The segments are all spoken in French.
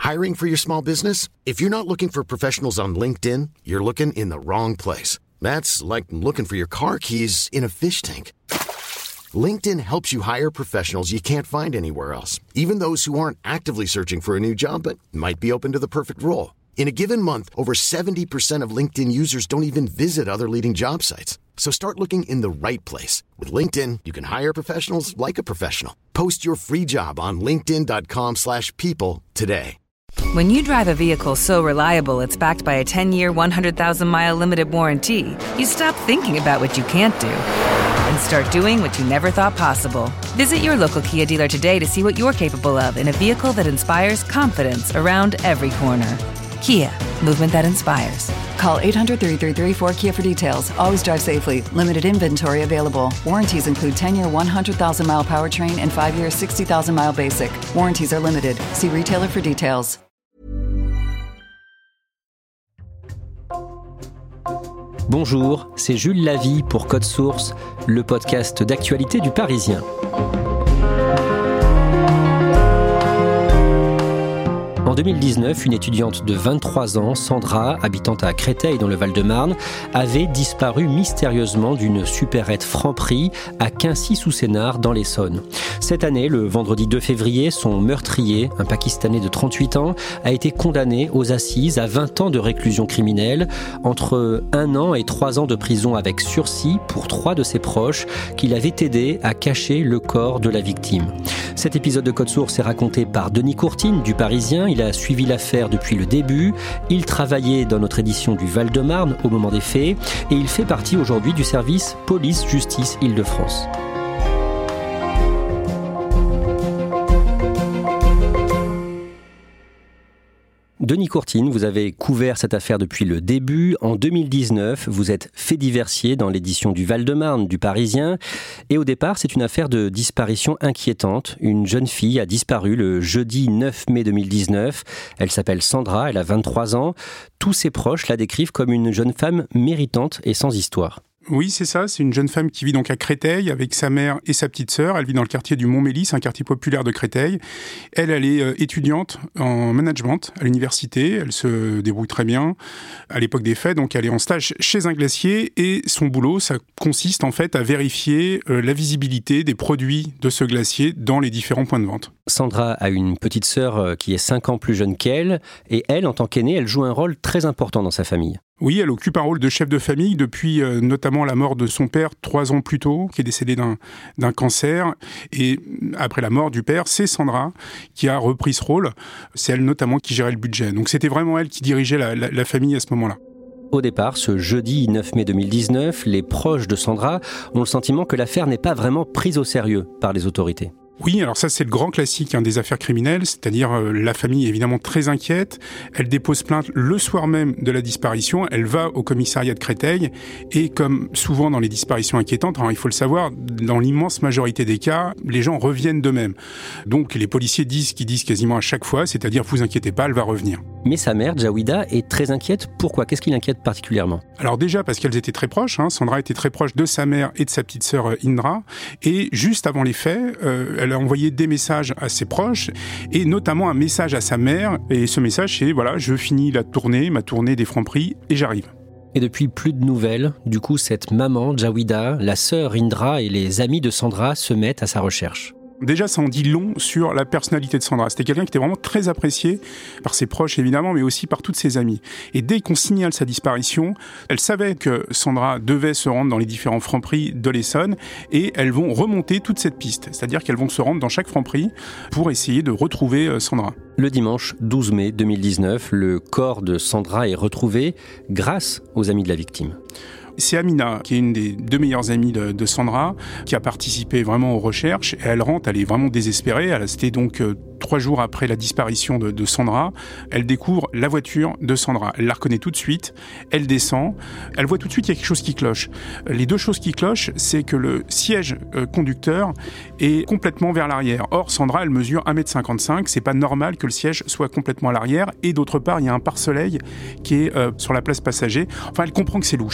Hiring for your small business? If you're not looking for professionals on LinkedIn, you're looking in the wrong place. That's like looking for your car keys in a fish tank. LinkedIn helps you hire professionals you can't find anywhere else, even those who aren't actively searching for a new job but might be open to the perfect role. In a given month, over 70% of LinkedIn users don't even visit other leading job sites. So start looking in the right place. With LinkedIn, you can hire professionals like a professional. Post your free job on linkedin.com/people today. When you drive a vehicle so reliable it's backed by a 10-year, 100,000-mile limited warranty, you stop thinking about what you can't do and start doing what you never thought possible. Visit your local Kia dealer today to see what you're capable of in a vehicle that inspires confidence around every corner. Kia, movement that inspires. Call 800-333-4KIA for details. Always drive safely. Limited inventory available. Warranties include 10-year 100,000-mile powertrain and 5-year 60,000-mile basic. Warranties are limited. See retailer for details. Bonjour, c'est Jules Lavie pour Code Source, le podcast d'actualité du Parisien. En 2019, une étudiante de 23 ans, Sandra, habitant à Créteil dans le Val-de-Marne, avait disparu mystérieusement d'une supérette Franprix à Quincy-sous-Sénart dans l'Essonne. Cette année, le vendredi 2 février, son meurtrier, un Pakistanais de 38 ans, a été condamné aux assises à 20 ans de réclusion criminelle, entre 1 an et 3 ans de prison avec sursis pour 3 de ses proches qui l'avaient aidé à cacher le corps de la victime. Cet épisode de Code Source est raconté par Denis Courtine du Parisien. Il a suivi l'affaire depuis le début. Il travaillait dans notre édition du Val-de-Marne au moment des faits et il fait partie aujourd'hui du service Police-Justice Île-de-France. Denis Courtine, vous avez couvert cette affaire depuis le début. En 2019, vous êtes fait diversier dans l'édition du Val-de-Marne du Parisien. Et au départ, c'est une affaire de disparition inquiétante. Une jeune fille a disparu le jeudi 9 mai 2019. Elle s'appelle Sandra, elle a 23 ans. Tous ses proches la décrivent comme une jeune femme méritante et sans histoire. Oui, c'est ça. C'est une jeune femme qui vit donc à Créteil avec sa mère et sa petite sœur. Elle vit dans le quartier du Montmélis, un quartier populaire de Créteil. Elle est étudiante en management à l'université. Elle se débrouille très bien à l'époque des faits. Donc, elle est en stage chez un glacier et son boulot, ça consiste en fait à vérifier la visibilité des produits de ce glacier dans les différents points de vente. Sandra a une petite sœur qui est 5 ans plus jeune qu'elle. Et elle, en tant qu'aînée, elle joue un rôle très important dans sa famille. Oui, elle occupe un rôle de chef de famille depuis notamment la mort de son père 3 ans plus tôt, qui est décédé d'un cancer. Et après la mort du père, c'est Sandra qui a repris ce rôle. C'est elle notamment qui gérait le budget. Donc c'était vraiment elle qui dirigeait la famille à ce moment-là. Au départ, ce jeudi 9 mai 2019, les proches de Sandra ont le sentiment que l'affaire n'est pas vraiment prise au sérieux par les autorités. Oui, alors ça c'est le grand classique des affaires criminelles, c'est-à-dire la famille est évidemment très inquiète, elle dépose plainte le soir même de la disparition, elle va au commissariat de Créteil et comme souvent dans les disparitions inquiétantes, alors il faut le savoir, dans l'immense majorité des cas, les gens reviennent d'eux-mêmes. Donc les policiers disent ce qu'ils disent quasiment à chaque fois, c'est-à-dire vous inquiétez pas, elle va revenir. Mais sa mère, Jawida, est très inquiète. Pourquoi ? Qu'est-ce qui l'inquiète particulièrement ? Alors déjà parce qu'elles étaient très proches, Sandra était très proche de sa mère et de sa petite sœur Indra, et juste avant les faits, elle a envoyé des messages à ses proches, et notamment un message à sa mère, et ce message c'est « voilà, je finis ma tournée des Franprix, et j'arrive ». Et depuis, plus de nouvelles. Du coup, cette maman, Jawida, la sœur Indra et les amis de Sandra se mettent à sa recherche. Déjà, ça en dit long sur la personnalité de Sandra. C'était quelqu'un qui était vraiment très apprécié par ses proches, évidemment, mais aussi par toutes ses amies. Et dès qu'on signale sa disparition, elle savait que Sandra devait se rendre dans les différents Franprix de l'Essonne et elles vont remonter toute cette piste. C'est-à-dire qu'elles vont se rendre dans chaque Franprix pour essayer de retrouver Sandra. Le dimanche 12 mai 2019, le corps de Sandra est retrouvé grâce aux amis de la victime. C'est Amina, qui est une des 2 meilleures amies de Sandra, qui a participé vraiment aux recherches. Et elle rentre, elle est vraiment désespérée. C'était donc 3 jours après la disparition de Sandra. Elle découvre la voiture de Sandra. Elle la reconnaît tout de suite. Elle descend. Elle voit tout de suite qu'il y a quelque chose qui cloche. Les 2 choses qui clochent, c'est que le siège conducteur est complètement vers l'arrière. Or, Sandra, elle mesure 1m55. C'est pas normal que le siège soit complètement à l'arrière. Et d'autre part, il y a un pare-soleil qui est sur la place passager. Enfin, elle comprend que c'est louche. Voilà.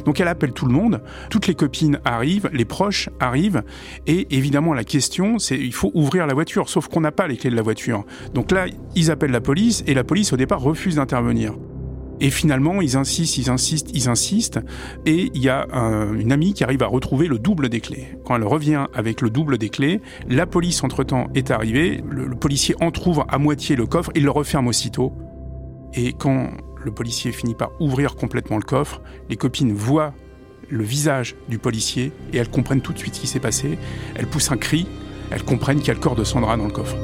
Donc elle appelle tout le monde, toutes les copines arrivent, les proches arrivent, et évidemment la question c'est il faut ouvrir la voiture, sauf qu'on n'a pas les clés de la voiture. Donc là, ils appellent la police, et la police au départ refuse d'intervenir. Et finalement, ils insistent, et il y a une amie qui arrive à retrouver le double des clés. Quand elle revient avec le double des clés, la police entre-temps est arrivée, le policier entrouvre à moitié le coffre, il le referme aussitôt. Et quand le policier finit par ouvrir complètement le coffre, les copines voient le visage du policier, et elles comprennent tout de suite ce qui s'est passé. Elles poussent un cri, elles comprennent qu'il y a le corps de Sandra dans le coffre.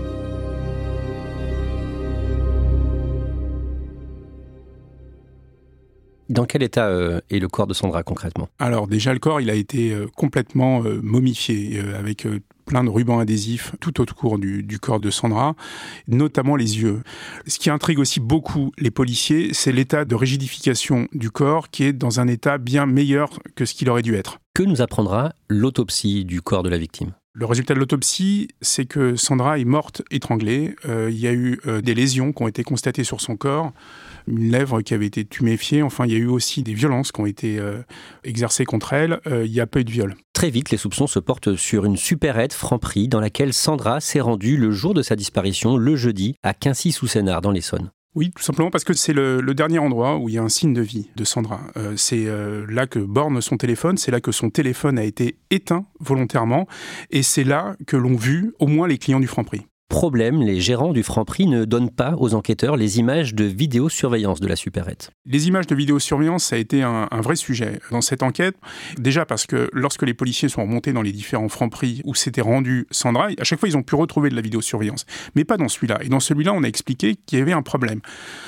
Dans quel état est le corps de Sandra concrètement ? Alors déjà, le corps il a été complètement momifié, avec plein de rubans adhésifs tout autour du corps de Sandra, notamment les yeux. Ce qui intrigue aussi beaucoup les policiers, c'est l'état de rigidification du corps qui est dans un état bien meilleur que ce qu'il aurait dû être. Que nous apprendra l'autopsie du corps de la victime ? Le résultat de l'autopsie, c'est que Sandra est morte étranglée. Il y a eu des lésions qui ont été constatées sur son corps, une lèvre qui avait été tuméfiée. Enfin, il y a eu aussi des violences qui ont été exercées contre elle. Il n'y a pas eu de viol. Très vite, les soupçons se portent sur une supérette Franprix dans laquelle Sandra s'est rendue le jour de sa disparition, le jeudi, à Quincy-sous-Sénart, dans l'Essonne. Oui, tout simplement parce que c'est le dernier endroit où il y a un signe de vie de Sandra. C'est là que borne son téléphone, c'est là que son téléphone a été éteint volontairement, et c'est là que l'ont vu au moins les clients du Franprix. Problème, les gérants du Franprix ne donnent pas aux enquêteurs les images de vidéosurveillance de la supérette. Les images de vidéosurveillance, ça a été un vrai sujet dans cette enquête. Déjà parce que lorsque les policiers sont remontés dans les différents Franprix où s'était rendue Sandra, à chaque fois ils ont pu retrouver de la vidéosurveillance. Mais pas dans celui-là. Et dans celui-là, on a expliqué qu'il y avait un problème.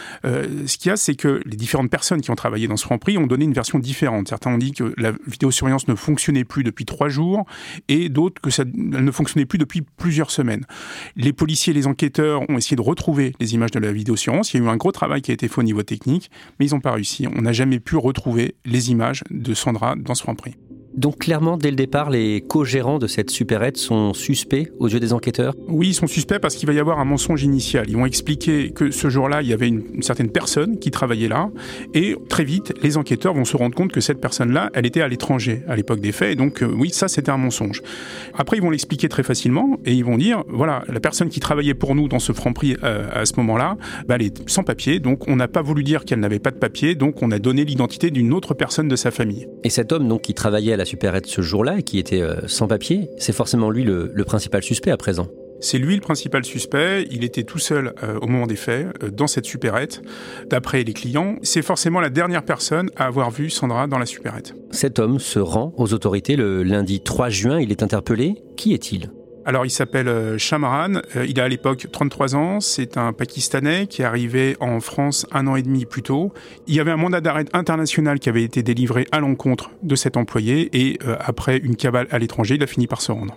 Ce qu'il y a, c'est que les différentes personnes qui ont travaillé dans ce Franprix ont donné une version différente. Certains ont dit que la vidéosurveillance ne fonctionnait plus depuis 3 jours, et d'autres que elle ne fonctionnait plus depuis plusieurs semaines. Les policiers et les enquêteurs ont essayé de retrouver les images de la vidéosurveillance. Il y a eu un gros travail qui a été fait au niveau technique, mais ils n'ont pas réussi. On n'a jamais pu retrouver les images de Sandra dans ce Franprix. Donc clairement, dès le départ, les co-gérants de cette supérette sont suspects aux yeux des enquêteurs ? Oui, ils sont suspects parce qu'il va y avoir un mensonge initial. Ils vont expliquer que ce jour-là, il y avait une certaine personne qui travaillait là, et très vite, les enquêteurs vont se rendre compte que cette personne-là, elle était à l'étranger à l'époque des faits, et donc oui, ça c'était un mensonge. Après, ils vont l'expliquer très facilement, et ils vont dire, voilà, la personne qui travaillait pour nous dans ce Franprix à ce moment-là, elle est sans papier, donc on n'a pas voulu dire qu'elle n'avait pas de papier, donc on a donné l'identité d'une autre personne de sa famille. Et cet homme donc qui travaillait à la supérette ce jour-là et qui était sans papier, c'est forcément lui le principal suspect à présent. C'est lui le principal suspect, il était tout seul au moment des faits, dans cette supérette. D'après les clients, c'est forcément la dernière personne à avoir vu Sandra dans la supérette. Cet homme se rend aux autorités le lundi 3 juin, il est interpellé. Qui est-il ? Alors, il s'appelle Shamran, il a à l'époque 33 ans, c'est un Pakistanais qui est arrivé en France 1 an et demi plus tôt. Il y avait un mandat d'arrêt international qui avait été délivré à l'encontre de cet employé, et après une cavale à l'étranger, il a fini par se rendre.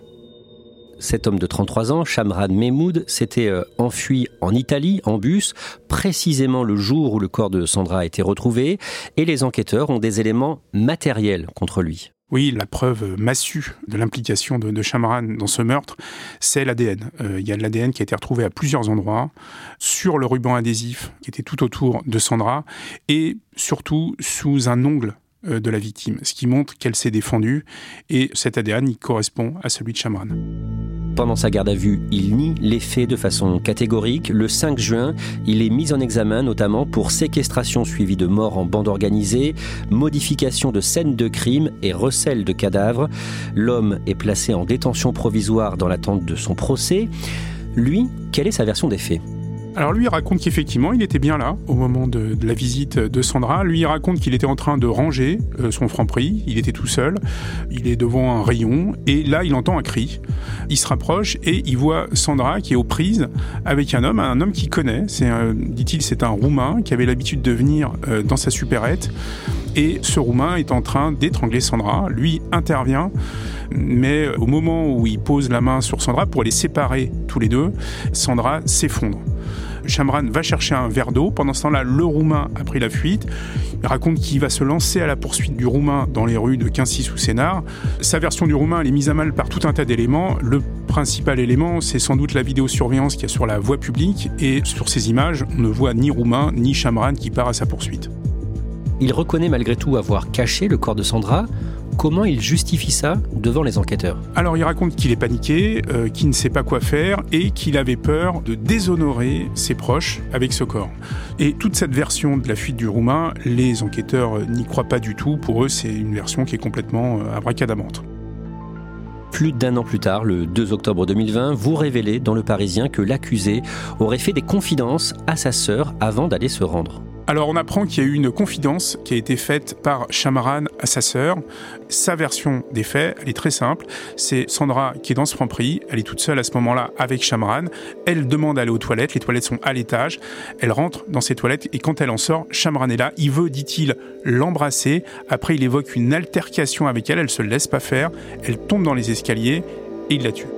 Cet homme de 33 ans, Shamran Mehmoud, s'était enfui en Italie, en bus, précisément le jour où le corps de Sandra a été retrouvé, et les enquêteurs ont des éléments matériels contre lui. Oui, la preuve massue de l'implication de Shamran dans ce meurtre, c'est l'ADN. Il y a de l'ADN qui a été retrouvé à plusieurs endroits, sur le ruban adhésif qui était tout autour de Sandra, et surtout sous un ongle de la victime, ce qui montre qu'elle s'est défendue, et cet ADN il correspond à celui de Shamran. Pendant sa garde à vue, il nie les faits de façon catégorique. Le 5 juin, il est mis en examen notamment pour séquestration suivie de mort en bande organisée, modification de scène de crime et recel de cadavres. L'homme est placé en détention provisoire dans l'attente de son procès. Lui, quelle est sa version des faits ? Alors lui, il raconte qu'effectivement, il était bien là au moment de la visite de Sandra. Lui, il raconte qu'il était en train de ranger son Franprix. Il était tout seul. Il est devant un rayon et là, il entend un cri. Il se rapproche et il voit Sandra qui est aux prises avec un homme qu'il connaît. Dit-il, c'est un Roumain qui avait l'habitude de venir dans sa supérette. Et ce Roumain est en train d'étrangler Sandra. Lui intervient, mais au moment où il pose la main sur Sandra pour les séparer tous les deux, Sandra s'effondre. Shamran va chercher un verre d'eau. Pendant ce temps-là, le Roumain a pris la fuite. Il raconte qu'il va se lancer à la poursuite du Roumain dans les rues de Quincy-sous-Sénart. Sa version du Roumain, elle est mise à mal par tout un tas d'éléments. Le principal élément, c'est sans doute la vidéosurveillance qu'il y a sur la voie publique. Et sur ces images, on ne voit ni Roumain ni Shamran qui part à sa poursuite. Il reconnaît malgré tout avoir caché le corps de Sandra. Comment il justifie ça devant les enquêteurs ? Alors il raconte qu'il est paniqué, qu'il ne sait pas quoi faire et qu'il avait peur de déshonorer ses proches avec ce corps. Et toute cette version de la fuite du Roumain, les enquêteurs n'y croient pas du tout. Pour eux, c'est une version qui est complètement abracadabrantes. Plus d'1 an plus tard, le 2 octobre 2020, vous révélez dans Le Parisien que l'accusé aurait fait des confidences à sa sœur avant d'aller se rendre. Alors on apprend qu'il y a eu une confidence qui a été faite par Shamran à sa sœur. Sa version des faits, elle est très simple. C'est Sandra qui est dans ce Franprix, elle est toute seule à ce moment-là avec Shamran. Elle demande d'aller aux toilettes, les toilettes sont à l'étage. Elle rentre dans ses toilettes et quand elle en sort, Shamran est là. Il veut, dit-il, l'embrasser. Après, il évoque une altercation avec elle, elle se laisse pas faire. Elle tombe dans les escaliers et il la tue.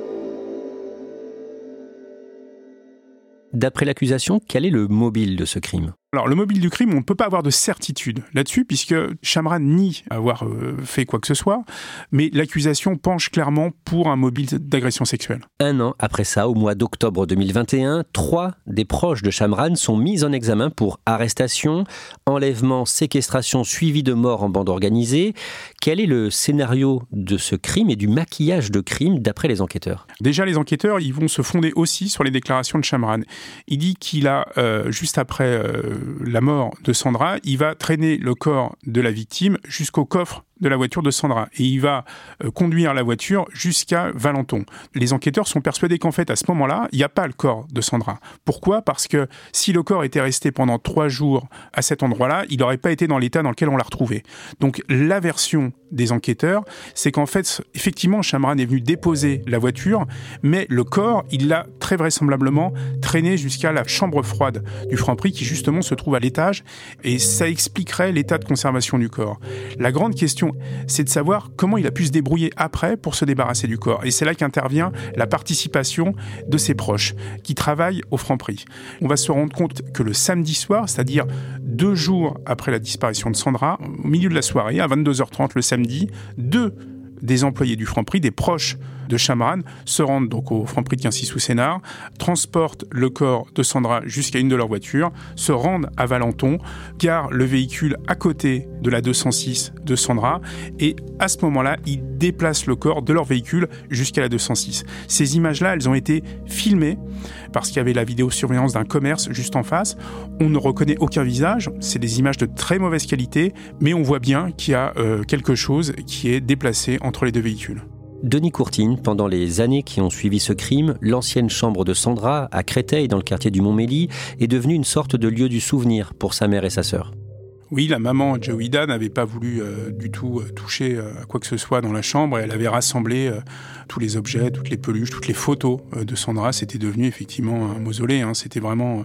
D'après l'accusation, quel est le mobile de ce crime ? Alors, le mobile du crime, on ne peut pas avoir de certitude là-dessus, puisque Shamran nie avoir fait quoi que ce soit, mais l'accusation penche clairement pour un mobile d'agression sexuelle. 1 an après ça, au mois d'octobre 2021, 3 des proches de Shamran sont mis en examen pour arrestation, enlèvement, séquestration suivi de mort en bande organisée. Quel est le scénario de ce crime et du maquillage de crime d'après les enquêteurs ? Déjà, les enquêteurs, ils vont se fonder aussi sur les déclarations de Shamran. Il dit qu'il a, juste après la mort de Sandra, il va traîner le corps de la victime jusqu'au coffre de la voiture de Sandra et il va conduire la voiture jusqu'à Valenton. Les enquêteurs sont persuadés qu'en fait, à ce moment-là, il n'y a pas le corps de Sandra. Pourquoi ? Parce que si le corps était resté pendant 3 jours à cet endroit-là, il n'aurait pas été dans l'état dans lequel on l'a retrouvé. Donc la version des enquêteurs, c'est qu'en fait, effectivement, Shamran est venu déposer la voiture, mais le corps, il l'a très vraisemblablement traîné jusqu'à la chambre froide du Franprix qui justement se trouve à l'étage et ça expliquerait l'état de conservation du corps. La grande question, c'est de savoir comment il a pu se débrouiller après pour se débarrasser du corps. Et c'est là qu'intervient la participation de ses proches qui travaillent au Franprix. On va se rendre compte que le samedi soir, c'est-à-dire 2 jours après la disparition de Sandra, au milieu de la soirée, à 22h30 le samedi, 2 des employés du Franprix, des proches de Shamran, se rendent donc au Franprix de Quincy-sous-Sénart, transportent le corps de Sandra jusqu'à une de leurs voitures, se rendent à Valenton, garent le véhicule à côté de la 206 de Sandra et à ce moment-là, ils déplacent le corps de leur véhicule jusqu'à la 206. Ces images-là, elles ont été filmées parce qu'il y avait la vidéosurveillance d'un commerce juste en face. On ne reconnaît aucun visage, c'est des images de très mauvaise qualité, mais on voit bien qu'il y a quelque chose qui est déplacé entre les 2 véhicules. Denis Courtine, pendant les années qui ont suivi ce crime, l'ancienne chambre de Sandra, à Créteil, dans le quartier du Montmélie, est devenue une sorte de lieu du souvenir pour sa mère et sa sœur. Oui, la maman, Jawida, n'avait pas voulu du tout toucher à quoi que ce soit dans la chambre. Elle avait rassemblé tous les objets, toutes les peluches, toutes les photos de Sandra. C'était devenu effectivement un mausolée. C'était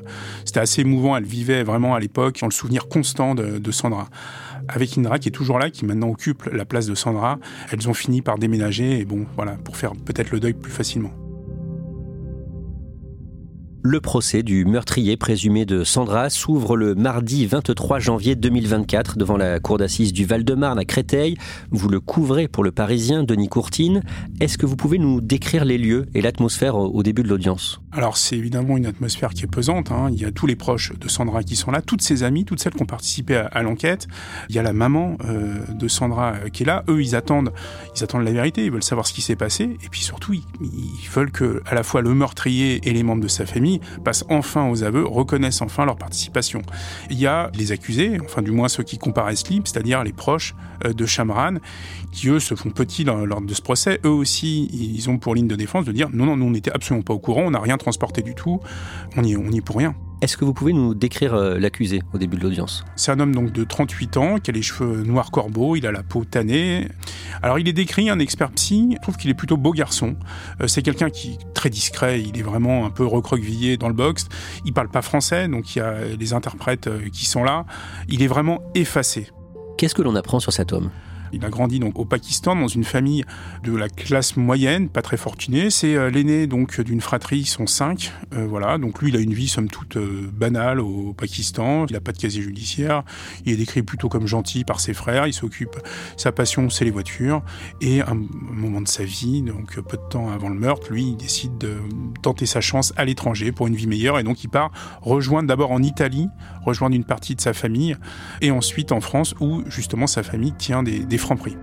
assez émouvant. Elle vivait vraiment à l'époque dans le souvenir constant de Sandra. Avec Indra, qui est toujours là, qui maintenant occupe la place de Sandra, elles ont fini par déménager et pour faire peut-être le deuil plus facilement. Le procès du meurtrier présumé de Sandra s'ouvre le mardi 23 janvier 2024 devant la cour d'assises du Val-de-Marne à Créteil. Vous le couvrez pour Le Parisien, Denis Courtine. Est-ce que vous pouvez nous décrire les lieux et l'atmosphère au début de l'audience ? Alors c'est évidemment une atmosphère qui est pesante. Il y a tous les proches de Sandra qui sont là, toutes ses amies, toutes celles qui ont participé à l'enquête. Il y a la maman de Sandra qui est là. Eux, ils attendent la vérité, ils veulent savoir ce qui s'est passé. Et puis surtout, ils veulent que à la fois le meurtrier et les membres de sa famille passent enfin aux aveux, reconnaissent enfin leur participation. Il y a les accusés, enfin du moins ceux qui comparaissent libres, c'est-à-dire les proches de Shamran, qui eux se font petits lors de ce procès. Eux aussi, ils ont pour ligne de défense de dire non, nous on n'était absolument pas au courant, on n'a rien transporté du tout, on y est pour rien. Est-ce que vous pouvez nous décrire l'accusé au début de l'audience ? C'est un homme donc de 38 ans, qui a les cheveux noirs corbeaux, il a la peau tannée. Alors il est décrit, un expert psy, je trouve qu'il est plutôt beau garçon. C'est quelqu'un qui est très discret, il est vraiment un peu recroquevillé dans le box. Il parle pas français, donc il y a les interprètes qui sont là. Il est vraiment effacé. Qu'est-ce que l'on apprend sur cet homme ? Il a grandi donc au Pakistan dans une famille de la classe moyenne, pas très fortunée. C'est l'aîné donc d'une fratrie, ils sont 5. Voilà, donc lui il a une vie somme toute banale au Pakistan. Il n'a pas de casier judiciaire. Il est décrit plutôt comme gentil par ses frères. Il s'occupe, sa passion c'est les voitures. Et à un moment de sa vie, donc peu de temps avant le meurtre, lui il décide de tenter sa chance à l'étranger pour une vie meilleure. Et donc il part rejoindre d'abord en Italie, rejoindre une partie de sa famille, et ensuite en France où justement sa famille tient des francs-prix.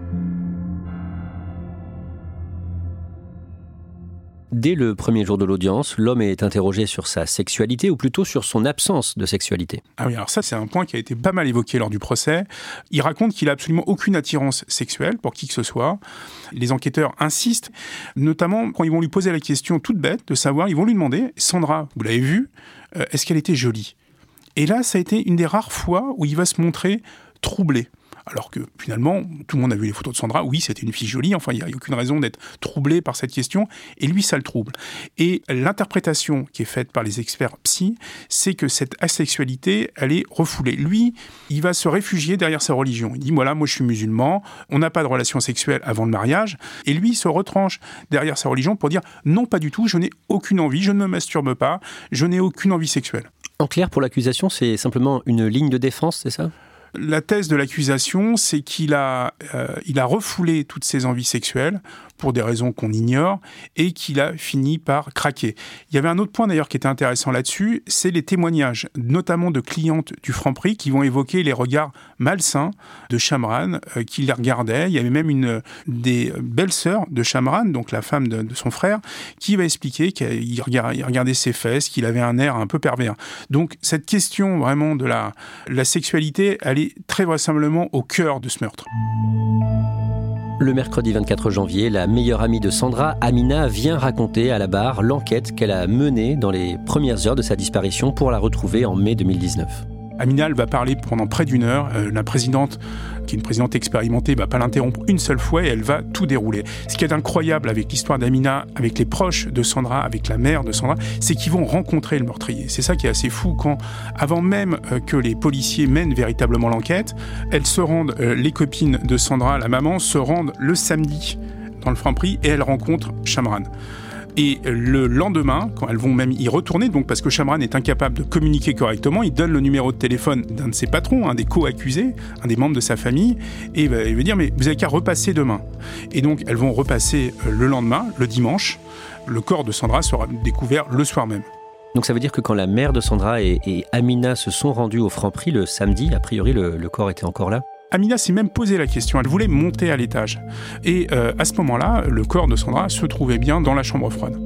Dès le premier jour de l'audience, l'homme est interrogé sur sa sexualité, ou plutôt sur son absence de sexualité. Ah oui, alors ça c'est un point qui a été pas mal évoqué lors du procès. Il raconte qu'il a absolument aucune attirance sexuelle pour qui que ce soit. Les enquêteurs insistent, notamment quand ils vont lui poser la question toute bête de savoir, ils vont lui demander « Sandra, vous l'avez vue, est-ce qu'elle était jolie ?» Et là, ça a été une des rares fois où il va se montrer troublé. Alors que finalement, tout le monde a vu les photos de Sandra, oui, c'était une fille jolie, enfin, il n'y a aucune raison d'être troublé par cette question, et lui, ça le trouble. Et l'interprétation qui est faite par les experts psy, c'est que cette asexualité, elle est refoulée. Lui, il va se réfugier derrière sa religion. Il dit, voilà, moi je suis musulman, on n'a pas de relation sexuelle avant le mariage, et lui, il se retranche derrière sa religion pour dire, non, pas du tout, je n'ai aucune envie, je ne me masturbe pas, je n'ai aucune envie sexuelle. En clair, pour l'accusation, c'est simplement une ligne de défense, c'est ça ? La thèse de l'accusation, c'est qu'il a refoulé toutes ses envies sexuelles pour des raisons qu'on ignore et qu'il a fini par craquer. Il y avait un autre point d'ailleurs qui était intéressant là-dessus, c'est les témoignages, notamment de clientes du Franprix qui vont évoquer les regards malsains de Shamran qui les regardaient. Il y avait même une des belles-sœurs de Shamran, donc la femme de son frère, qui va expliquer qu'il regardait ses fesses, qu'il avait un air un peu pervers. Donc cette question vraiment de la sexualité, elle est très vraisemblablement au cœur de ce meurtre. Le mercredi 24 janvier, la meilleure amie de Sandra, Amina, vient raconter à la barre l'enquête qu'elle a menée dans les premières heures de sa disparition pour la retrouver en mai 2019. Amina, elle va parler pendant près d'une heure. La présidente, qui est une présidente expérimentée, ne va pas l'interrompre une seule fois et elle va tout dérouler. Ce qui est incroyable avec l'histoire d'Amina, avec les proches de Sandra, avec la mère de Sandra, c'est qu'ils vont rencontrer le meurtrier. C'est ça qui est assez fou quand, avant même que les policiers mènent véritablement l'enquête, elles se rendent, les copines de Sandra, la maman, se rendent le samedi dans le Franprix et elles rencontrent Shamran. Et le lendemain, quand elles vont même y retourner, donc parce que Shamran est incapable de communiquer correctement, il donne le numéro de téléphone d'un de ses patrons, un des co-accusés, un des membres de sa famille, et il va dire « mais vous avez qu'à repasser demain ». Et donc elles vont repasser le lendemain, le dimanche. Le corps de Sandra sera découvert le soir même. Donc ça veut dire que quand la mère de Sandra et Amina se sont rendues au Franprix le samedi, a priori le corps était encore là ? Amina s'est même posé la question, elle voulait monter à l'étage. Et à ce moment-là, le corps de Sandra se trouvait bien dans la chambre froide.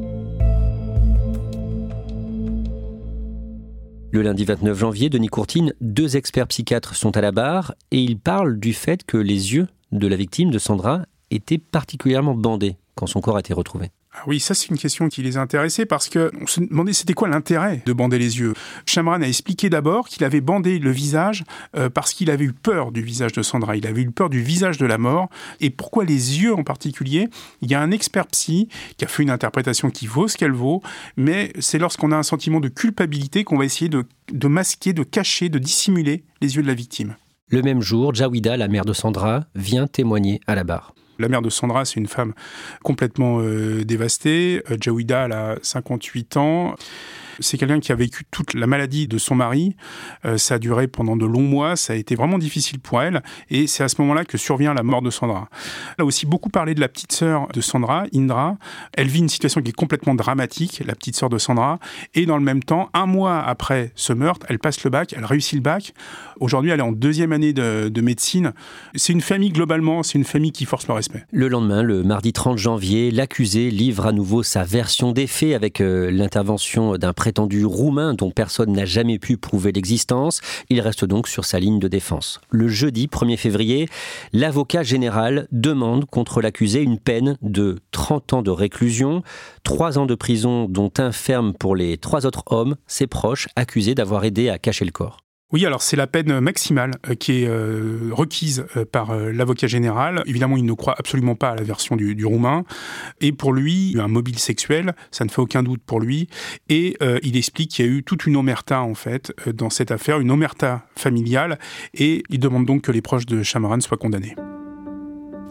Le lundi 29 janvier, Denis Courtine, 2 experts psychiatres sont à la barre et ils parlent du fait que les yeux de la victime, de Sandra, étaient particulièrement bandés quand son corps a été retrouvé. Ah oui, ça c'est une question qui les intéressait parce qu'on se demandait c'était quoi l'intérêt de bander les yeux. Shamran a expliqué d'abord qu'il avait bandé le visage parce qu'il avait eu peur du visage de Sandra, il avait eu peur du visage de la mort. Et pourquoi les yeux en particulier ? Il y a un expert psy qui a fait une interprétation qui vaut ce qu'elle vaut, mais c'est lorsqu'on a un sentiment de culpabilité qu'on va essayer de masquer, de cacher, de dissimuler les yeux de la victime. Le même jour, Jawida, la mère de Sandra, vient témoigner à la barre. La mère de Sandra, c'est une femme complètement dévastée. Jawida, elle a 58 ans. C'est quelqu'un qui a vécu toute la maladie de son mari. Ça a duré pendant de longs mois. Ça a été vraiment difficile pour elle. Et c'est à ce moment-là que survient la mort de Sandra. Elle a aussi beaucoup parlé de la petite sœur de Sandra, Indra. Elle vit une situation qui est complètement dramatique, la petite sœur de Sandra. Et dans le même temps, 1 mois après ce meurtre, elle passe le bac, elle réussit le bac. Aujourd'hui, elle est en 2e année de médecine. C'est une famille, globalement, c'est une famille qui force le respect. Le lendemain, le mardi 30 janvier, l'accusé livre à nouveau sa version des faits avec l'intervention d'un prétendu roumain dont personne n'a jamais pu prouver l'existence. Il reste donc sur sa ligne de défense. Le jeudi 1er février, l'avocat général demande contre l'accusé une peine de 30 ans de réclusion, 3 ans de prison dont 1 ferme pour les 3 autres hommes, ses proches, accusés d'avoir aidé à cacher le corps. Oui, alors c'est la peine maximale qui est requise par l'avocat général. Évidemment, il ne croit absolument pas à la version du roumain. Et pour lui, il y a eu un mobile sexuel, ça ne fait aucun doute pour lui. Et il explique qu'il y a eu toute une omerta, en fait, dans cette affaire, une omerta familiale. Et il demande donc que les proches de Shamran soient condamnés.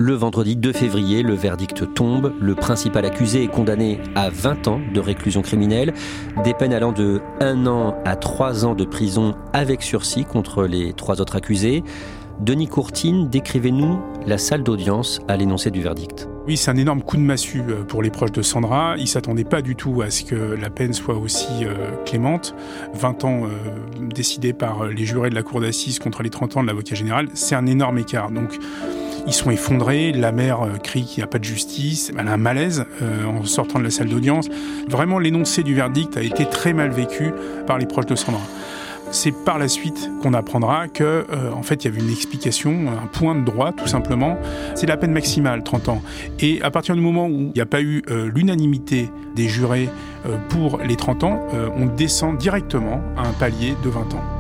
Le vendredi 2 février, le verdict tombe. Le principal accusé est condamné à 20 ans de réclusion criminelle, des peines allant de 1 an à 3 ans de prison avec sursis contre les 3 autres accusés. Denis Courtine, décrivez-nous la salle d'audience à l'énoncé du verdict. Oui, c'est un énorme coup de massue pour les proches de Sandra. Ils ne s'attendaient pas du tout à ce que la peine soit aussi clémente. 20 ans décidés par les jurés de la cour d'assises contre les 30 ans de l'avocat général, c'est un énorme écart. Donc, ils sont effondrés, la mère crie qu'il n'y a pas de justice, elle a un malaise en sortant de la salle d'audience. Vraiment, l'énoncé du verdict a été très mal vécu par les proches de Sandra. C'est par la suite qu'on apprendra que, en fait, il y avait une explication, un point de droit, tout simplement. C'est la peine maximale, 30 ans. Et à partir du moment où il n'y a pas eu l'unanimité des jurés pour les 30 ans, on descend directement à un palier de 20 ans.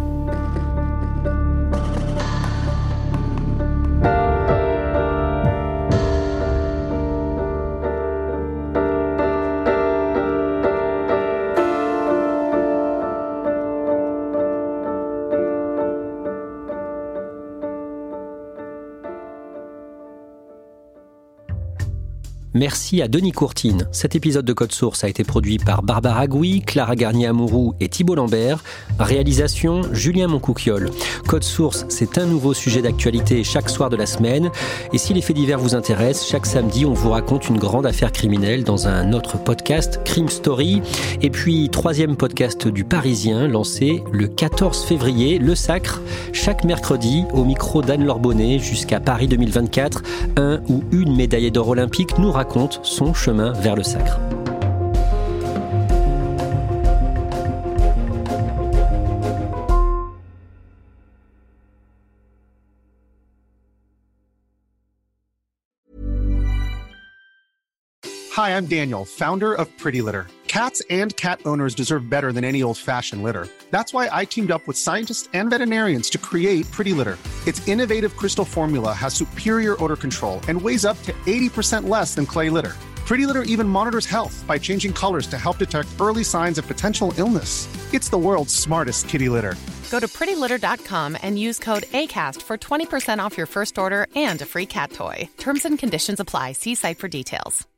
Merci à Denis Courtine. Cet épisode de Code Source a été produit par Barbara Gouy, Clara Garnier-Amouroux et Thibault Lambert. Réalisation, Julien Moncouquiol. Code Source, c'est un nouveau sujet d'actualité chaque soir de la semaine. Et si les faits divers vous intéressent, chaque samedi, on vous raconte une grande affaire criminelle dans un autre podcast, Crime Story. Et puis, 3e podcast du Parisien, lancé le 14 février, Le Sacre, chaque mercredi, au micro d'Anne-Laure Bonnet, jusqu'à Paris 2024. Un ou une médaillée d'or olympique nous raconte son chemin vers le sacre. Hi, I'm Daniel, founder of Pretty Litter. Cats and cat owners deserve better than any old-fashioned litter. That's why I teamed up with scientists and veterinarians to create Pretty Litter. Its innovative crystal formula has superior odor control and weighs up to 80% less than clay litter. Pretty Litter even monitors health by changing colors to help detect early signs of potential illness. It's the world's smartest kitty litter. Go to prettylitter.com and use code ACAST for 20% off your first order and a free cat toy. Terms and conditions apply. See site for details.